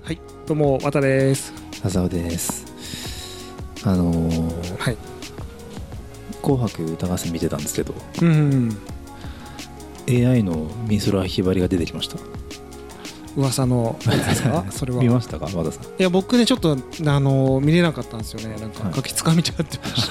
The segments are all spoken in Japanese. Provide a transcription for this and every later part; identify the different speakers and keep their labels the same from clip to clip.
Speaker 1: はい、どうも渡です。
Speaker 2: 浅尾です。
Speaker 1: はい。
Speaker 2: 紅白歌合戦見てたんですけど、
Speaker 1: うん
Speaker 2: AI の美空ひばりが出てきました。
Speaker 1: 噂のやつですか？それは
Speaker 2: 見ましたか、和田さん。
Speaker 1: いや僕ねちょっと見れなかったんですよね。なんかガキつかみちゃってました。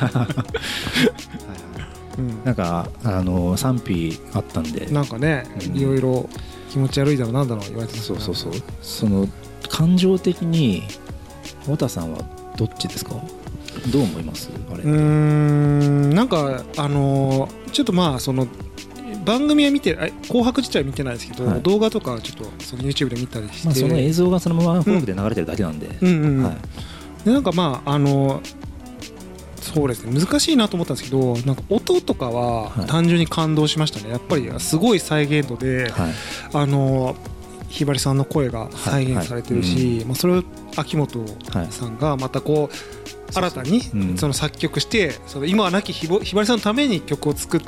Speaker 2: なんか賛否あったんで、
Speaker 1: なんかね、いろいろ気持ち悪いだろうなんだろう言われてました。
Speaker 2: そうその感情的に和田さんはどっちですか？どう思います？あれ
Speaker 1: なんかちょっとまあその番組は見て、紅白自体は見てないですけど、はい、動画とかちょっとその YouTube で見たりして、
Speaker 2: その映像がそのまま紅白で流れてるだけなんで、
Speaker 1: でなんかまあそうですね、難しいなと思ったんですけど、なんか音とかは単純に感動しましたね。やっぱりすごい再現度で、ひばりさんの声が再現されてるし、それを秋元さんがまたこう新たにその作曲して、その今は亡きひばりさんのために曲を作って、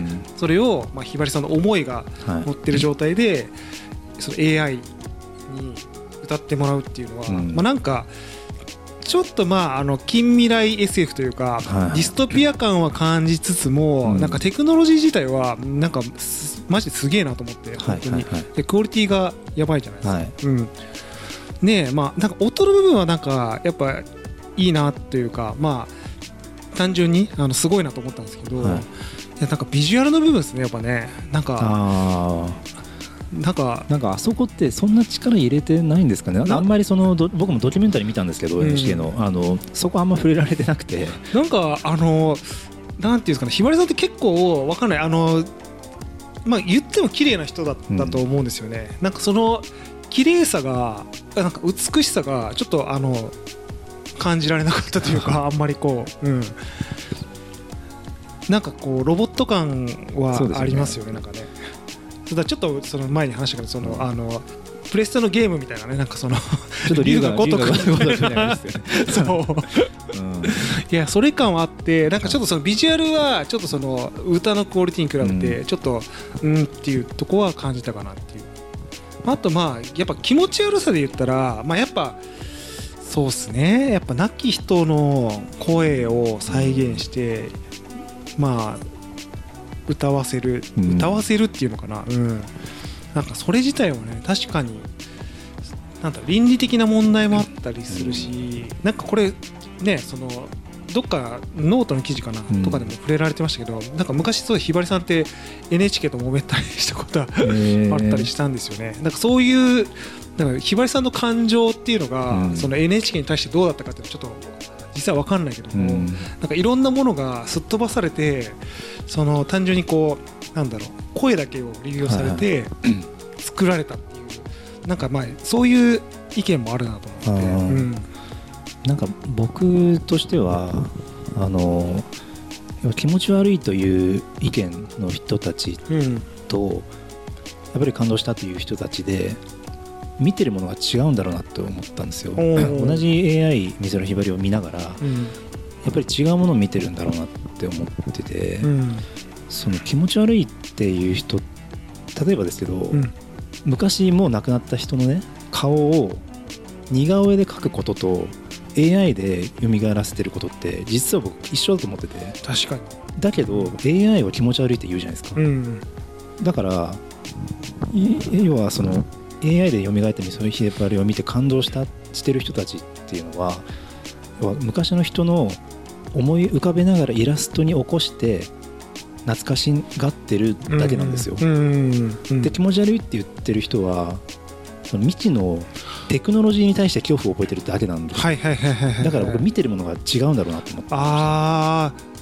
Speaker 1: それをひばりさんの思いが乗ってる状態でその AI に歌ってもらうっていうのは、なんかちょっと近未来 SF というか、ディストピア感は感じつつも、なんかテクノロジー自体はなんかマジですげえなと思って、本当にでクオリティがやばいじゃないですか。ねえ、なんか音の部分はなんかやっぱいいなというか、単純にすごいなと思ったんですけど、いやなんかビジュアルの部分ですね、やっぱね、なんか
Speaker 2: あそこってそんな力入れてないんですかね。あんまり僕もドキュメンタリー見たんですけど、NHK のそこあんま触れられてなくて、
Speaker 1: なんかなんていうんですかね、ひばりさんって結構わかんない、言っても綺麗な人だったと思うんですよね。なんかその綺麗さがなんか美しさがちょっと感じられなかったというか、あんまりこう、なんかこうロボット感はありますよね。なんかね、ちょっとその前に話したけど、プレステのゲームみたいなね、なんかそのちょっと龍が如くみたいなそういやそれ感はあって、なんかちょっとそのビジュアルはちょっとその歌のクオリティに比べてちょっとっていうとこは感じたかなっていう。あとやっぱ気持ち悪さで言ったら、やっぱそうですね、やっぱ亡き人の声を再現して歌わせるっていうのかな、なんかそれ自体はね、確かになんだ倫理的な問題もあったりするし、なんかこれね、そのどっかノートの記事かなとかでも触れられてましたけど、なんか昔そうひばりさんって NHK と揉めたりしたことはあったりしたんですよね。なんかそういうなんかひばりさんの感情っていうのが、その NHK に対してどうだったかっていうのはちょっと実は分かんないけども、なんかいろんなものがすっ飛ばされて、その単純にこうなんだろう、声だけを利用されて作られたっていう、なんかそういう意見もあるなと思って、
Speaker 2: なんか僕としては気持ち悪いという意見の人たちと、やっぱり感動したという人たちで見てるものが違うんだろうなと思ったんですよ。同じ AI 美空ひばりを見ながら、やっぱり違うものを見てるんだろうなって思ってて、その気持ち悪いっていう人、例えばですけど、昔もう亡くなった人のね顔を似顔絵で描くことと AI で蘇らせてることって実は僕一緒だと思ってて。
Speaker 1: 確かに。
Speaker 2: だけど AI は気持ち悪いって言うじゃないですか、だから要はその AI で蘇って美空ひばりを見て感動してる人たちっていうのは、要は昔の人の思い浮かべながらイラストに起こして懐かしがってるだけなんですよ。で気持ち悪いって言ってる人はその未知のテクノロジーに対して恐怖を覚えてるだけなんで、だから僕見てるものが違うんだろうなと思ってました。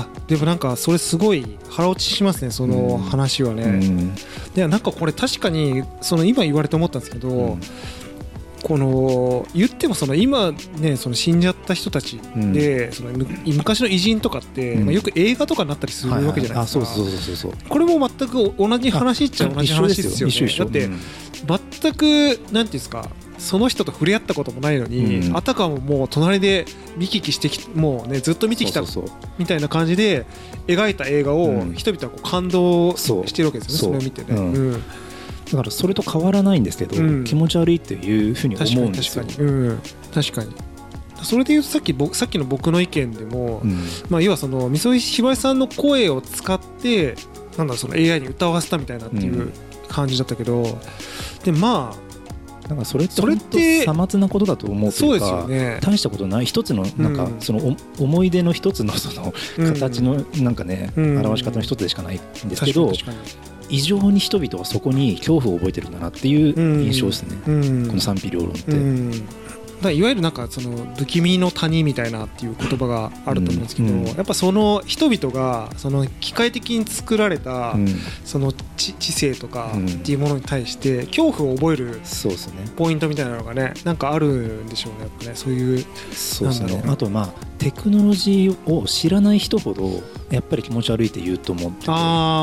Speaker 1: でもなんかそれすごい腹落ちしますね、その話はね。でなんかこれ確かにその今言われて思ったんですけど、この言ってもその今ね、その死んじゃった人たちで、その昔の偉人とかってよく映画とかになったりするわけじゃないですか。これも全く同じ話っちゃ同じ話ですよね。だって全くなんていうんですか、その人と触れ合ったこともないのに、あたかももう隣で見聞きしてもうねずっと見てきたみたいな感じで描いた映画を人々はこう感動してるわけですよね、それを見てね。
Speaker 2: だからそれと変わらないんですけど、気持ち悪いっていうふうに思うんですよ。
Speaker 1: 確かにそれでいうとさっきの僕の意見でも、まあ、要はその磯井ひばりさんの声を使ってなんだその AI に歌わせたみたいなっていう感じだったけど、でまあ
Speaker 2: なんかそれってさまつなことだと思うというか、そうですよね、大したことない一つのなんかその思い出の一つのその形のなんかね、表し方の一つでしかないんですけど、異常に人々はそこに恐怖を覚えてるんだなっていう印象ですね、この賛否両論って。
Speaker 1: だいわゆるなんかその不気味の谷みたいなっていう言葉があると思うんですけど、やっぱその人々がその機械的に作られたその知性とかっていうものに対して恐怖を覚えるポイントみたいなのがねなんかあるんでしょうね、やっぱね、そういう。
Speaker 2: そうですね。あとまあテクノロジーを知らない人ほどやっぱり気持ち悪いって言うと思ってて、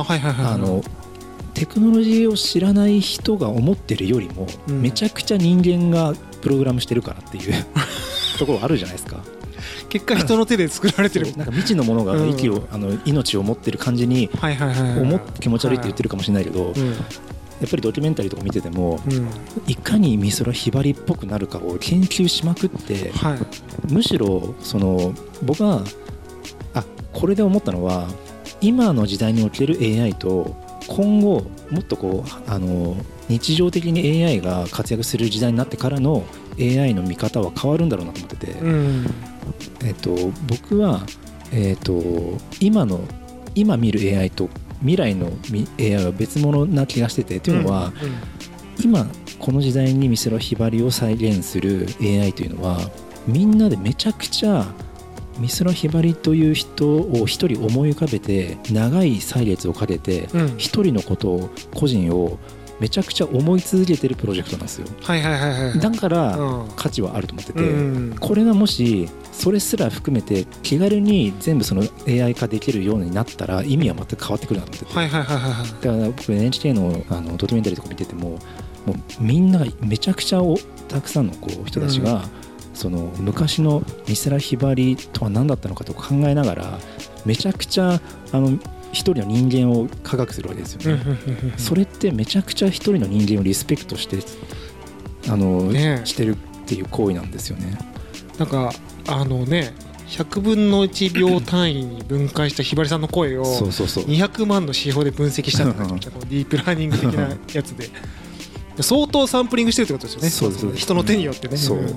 Speaker 2: テクノロジーを知らない人が思ってるよりもめちゃくちゃ人間がプログラムしてるからっていうところあるじゃないですか。
Speaker 1: 結果人の手で作られてる
Speaker 2: なんか未知のものが命を持ってる感じに気持ち悪いって言ってるかもしれないけど、やっぱりドキュメンタリーとか見てても、いかに美空ひばりっぽくなるかを研究しまくって、むしろその僕はこれで思ったのは今の時代における AI と今後もっとこう日常的に AI が活躍する時代になってからの AI の見方は変わるんだろうなと思ってて、僕は、今見る AI と未来の AI は別物な気がしてて、というのは、今この時代に美空ひばりを再現する AI というのはみんなでめちゃくちゃ美空ひばりという人を一人思い浮かべて長い歳月をかけて一人のことを個人をめちゃくちゃ思い続けてるプロジェクトなんですよ。だから価値はあると思ってて、これがもしそれすら含めて気軽に全部その AI 化できるようになったら意味は全く変わってくるなと思ってて、だから僕 NHK のドキュメンタリーとか見ててもうみんながめちゃくちゃたくさんの人たちがその昔の美空ひばりとは何だったのかと考えながらめちゃくちゃ一人の人間を科学するわけですよね。それってめちゃくちゃ一人の人間をリスペクトしてしてるっていう行為なんですよね。
Speaker 1: なんか100分の1秒単位に分解したひばりさんの声を200万の指標で分析したのがディープラーニング的なやつで相当サンプリングしてるってことですよね。人の手によってね。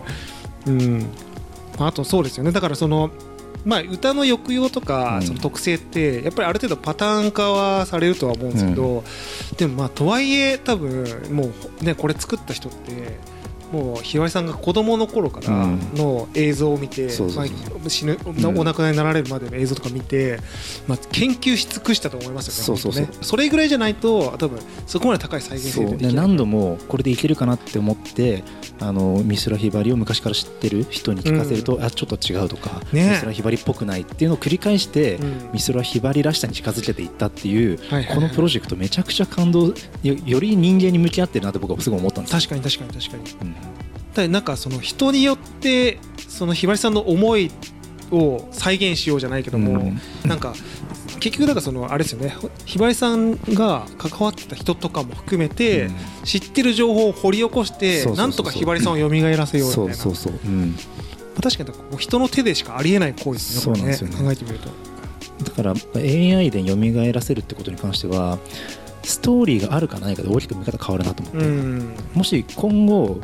Speaker 1: あとそうですよね。だからその歌の抑揚とかその特性ってやっぱりある程度パターン化はされるとは思うんですけど、でもとはいえ多分もうねこれ作った人ってもうひばりさんが子供の頃からの映像を見て、死ぬお亡くなりになられるまでの映像とか見て、研究し尽くしたと思いますよね。それぐらいじゃないと多分そこまで高い再現性でできない。
Speaker 2: 何度もこれでいけるかなって思って美空ひばりを昔から知ってる人に聞かせると、ちょっと違うとか、美空ひばりっぽくないっていうのを繰り返して、美空ひばりらしさに近づけていったっていう、このプロジェクトめちゃくちゃ感動、より人間に向き合ってるなって僕はすごい思ったんです。
Speaker 1: 確かになんかその人によってそのひばりさんの思いを再現しようじゃないけども、なんか結局だからそのあれですよね、ひばりさんが関わってた人とかも含めて知ってる情報を掘り起こしてなんとかひばりさんを蘇らせようみたいな。確かに人の手でしかありえない行為ですね、これね、考えてみると。
Speaker 2: だから AI で蘇らせるってことに関してはストーリーがあるかないかで大きく見方変わるなと思って、もし今後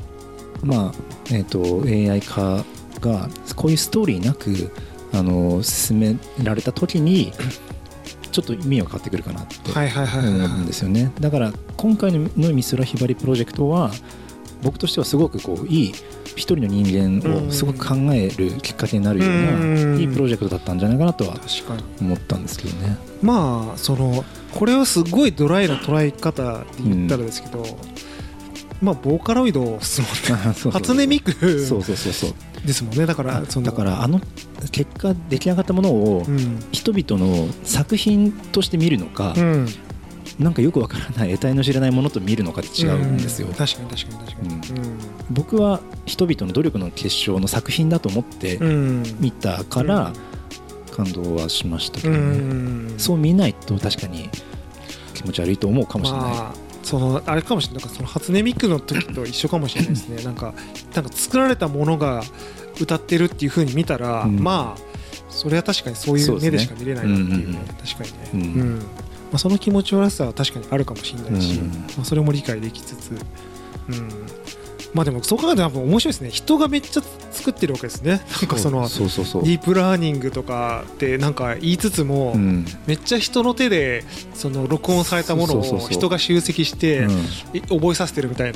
Speaker 2: AI 化がこういうストーリーなく進められた時にちょっと意味が変わってくるかなって思うんですよね。だから今回の美空ひばりプロジェクトは僕としてはすごくいい一人の人間をすごく考えるきっかけになるようないいプロジェクトだったんじゃないかなとは思ったんですけどね。
Speaker 1: これはすごいドライな捉え方で言ったらですけど、ボーカロイドですもんね。初音ミクですもんね。だから結果出来上がったものを人々の作品として見るのか、なんかよくわからない得体の知れないものと見るのかって違うんですよ。 確かに
Speaker 2: 僕は人々の努力の結晶の作品だと思って見たから感動はしましたけどね。そう見ないと確かに気持ち悪いと思うかもしれない。
Speaker 1: そのあれかもしれない、なんかその初音ミクの時と一緒かもしれないですね。なんか作られたものが歌ってるっていう風に見たら、まあそれは確かにそういう目でしか見れないなっていうね、確かにね、まあ、その気持ち悪さは確かにあるかもしれないし、まあ、それも理解できつつ、まあでもそう考えるとやっぱ面白いですね。人がめっちゃ作ってるわけですね。なんかそのディープラーニングとかってなんか言いつつも、めっちゃ人の手でその録音されたものを人が集積して覚えさせてるみたいな。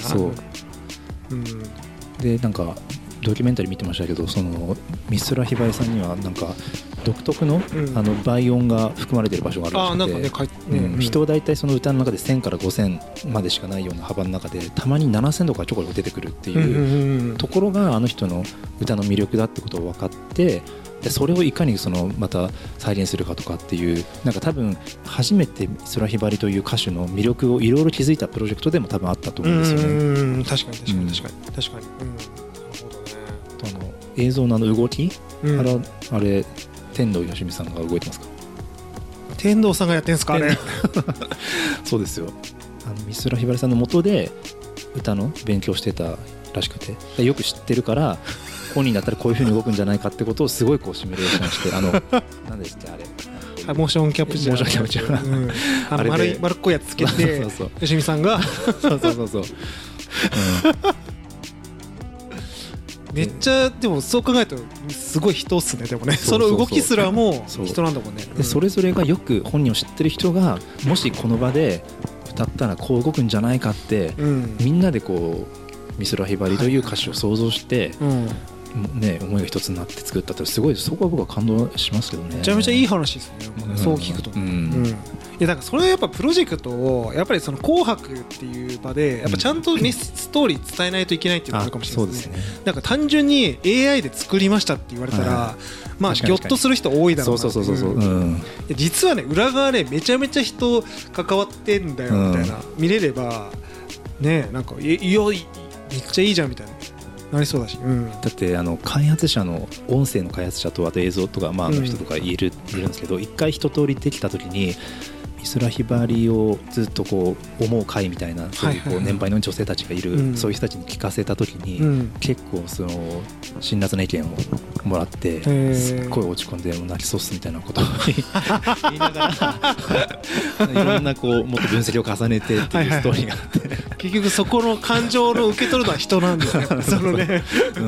Speaker 2: でなんかドキュメンタリー見てましたけど、その美空ひばりさんにはなんか独特の倍音が含まれている場所があるらしくて、人は大体その歌の中で1000から5000までしかないような幅の中でたまに7000とかちょこちょこ出てくるっていうところがあの人の歌の魅力だってことを分かって、でそれをいかにそのまた再現するかとかっていう、なんか多分初めて美空ひばりという歌手の魅力をいろいろ気づいたプロジェクトでも多分あったと思うんですよね。
Speaker 1: 確かに確かに確かに確かに、
Speaker 2: 映像の動き、あれ天童よしみさんが動いてますか？
Speaker 1: 天童さんがやってるんですかあれ
Speaker 2: そうですよ。美空ひばりさんの元で歌の勉強してたらしくて、よく知ってるから本人だったらこういう風に動くんじゃないかってことをすごいこうシミュレーションして何ですかあれ
Speaker 1: モーションキャプチャー、丸っこいやつつけてよしみさんが
Speaker 2: そう
Speaker 1: めっちゃでもそう考えるとすごい人っすね。でもねその動きすらも人なんだもんね。
Speaker 2: でそれぞれがよく本人を知ってる人がもしこの場で歌ったらこう動くんじゃないかって、みんなでこう美空ひばりという歌手を想像して、ね、思いが一つになって作ったってすごい、そこは僕は感動しますけどね。
Speaker 1: めちゃめちゃいい話ですね、そう聞くと、いやだからそれはやっぱプロジェクトをやっぱりその紅白っていう場でやっぱちゃんとストーリー伝えないといけないっていうのがあるかもしれないですね。なんか単純に AI で作りましたって言われたら、まあギョッとする人多いだろうな。実はね裏側でめちゃめちゃ人関わってんだよみたいな見れればね、なんかいやめっちゃいいじゃんみたいななりそうだし、
Speaker 2: だって開発者の音声の開発者とあと映像とかの人とかいるんですけど、一回一通りできた時に美空ひばりをずっとこう思う会みたいな、そういうこう年配の女性たちがいる、そういう人たちに聞かせた時に、結構その辛辣な意見をもらって、すっごい落ち込んで泣きそうっすみたいなことを言いながらいろんなこうもっと分析を重ねてっていうストーリーがあって
Speaker 1: 結局そこの感情の受け取るのは人なんですねそのね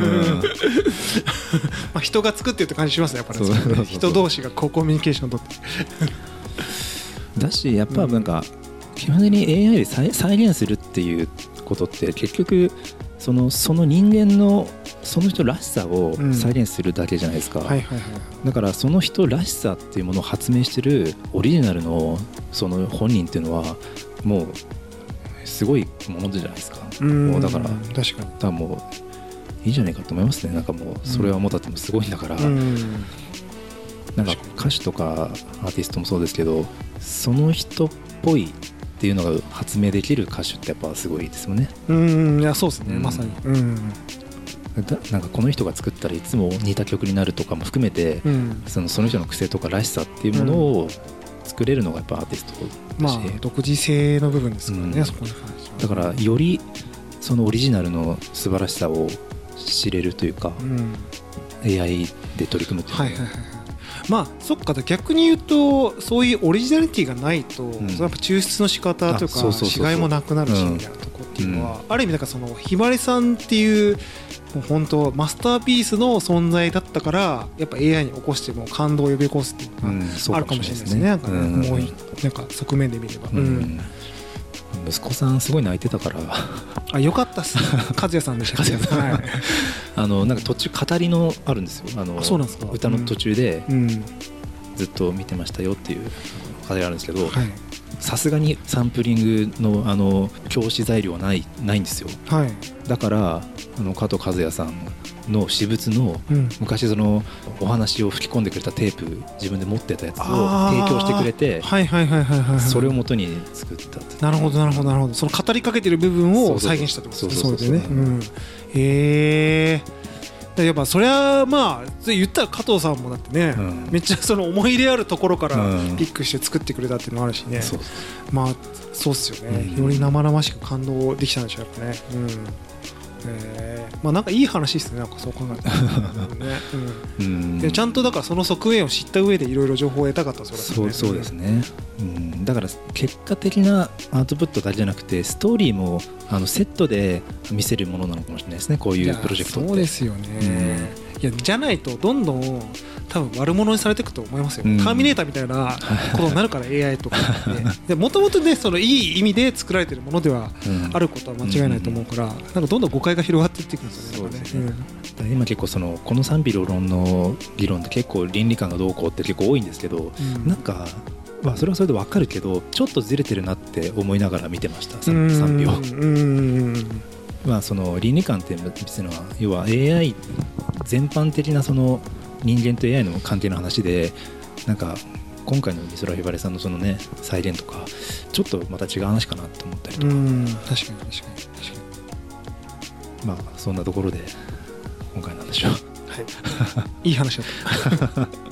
Speaker 1: まあ人が作ってるって感じしますねやっぱり、人同士がこうコミュニケーションを取って
Speaker 2: だし、やっぱなんか基本的に AI で再現するっていうことって結局その人間のその人らしさを再現するだけじゃないですか。だからその人らしさっていうものを発明してるオリジナルのその本人っていうのはもうすごいものじゃないですか。もうだから
Speaker 1: 確かに
Speaker 2: 多分もういいじゃないかと思いますね。なんかもうそれはもうだってもすごいんだから、なんか歌手とかアーティストもそうですけど、その人っぽいっていうのが発明できる歌手ってやっぱすごいですよね。
Speaker 1: いやそうですね、まさに。
Speaker 2: なんかこの人が作ったらいつも似た曲になるとかも含めて、その人の癖とからしさっていうものを作れるのがやっぱアーティストだし、
Speaker 1: 独自性の部分ですからね、そこに関しては。
Speaker 2: だからよりそのオリジナルの素晴らしさを知れるというか、AI で取り組むっていうのは、
Speaker 1: まあそっか、逆に言うとそういうオリジナリティがないと、やっぱ抽出の仕方というか違いもなくなるしみたいなところっていうのは、ある意味なんかそのひばりさんっていうもう本当マスターピースの存在だったから、やっぱ AI に起こしても感動を呼び起こすっていうのがあるかもしれないですね。なんかもうなんか側面で見れば、
Speaker 2: 息子さんすごい泣いてたから
Speaker 1: あ、よかったっす。和也さんでしたっけ。
Speaker 2: なんか途中語りのあるんですよ。
Speaker 1: そうなんですか。
Speaker 2: 歌の途中でずっと見てましたよっていう語りがあるんですけど、さすがにサンプリングの教師材料はないんですよ。だから加藤和也さんの私物の、昔そのお話を吹き込んでくれたテープ自分で持ってたやつを提供してくれて、それを元に作ったって。
Speaker 1: なるほどなるほどなるほど。その語りかけてる部分を再現したってことですね。そうですね。 やっぱそれはまあ言ったら加藤さんもだってね、めっちゃその思い入れあるところからピックして作ってくれたっていうのもあるしね、まあそうっすよね、より生々しく感動できたんでしょうやっぱね。まあなんかいい話ですね、なんかそう考えたらね、でちゃんとだからその側面を知った上でいろいろ情報を得たかった
Speaker 2: そうですね、だから結果的なアウトプットだけじゃなくてストーリーもセットで見せるものなのかもしれないですね、こういうプロジェクトって。
Speaker 1: そうですよね、いやじゃないとどんどん多分悪者にされていくと思いますよ、ターミネーターみたいなことになるからAI とかってもともとねそのいい意味で作られているものではあることは間違いないと思うから、なんかどんどん誤解が広がっていっていくんですよね。そうですね、
Speaker 2: 今結構この賛否両論の議論って結構倫理観がどうこうって結構多いんですけど、なんかまあそれはそれで分かるけどちょっとずれてるなって思いながら見てました、賛否を。まあその倫理観って別のは要は AI 全般的なその人間と AI の関係の話で、なんか今回の美空ひばりさんのそのね再現とかちょっとまた違う話かなと思ったりとか。
Speaker 1: 確かに
Speaker 2: まあそんなところで今回の話は
Speaker 1: いい話だった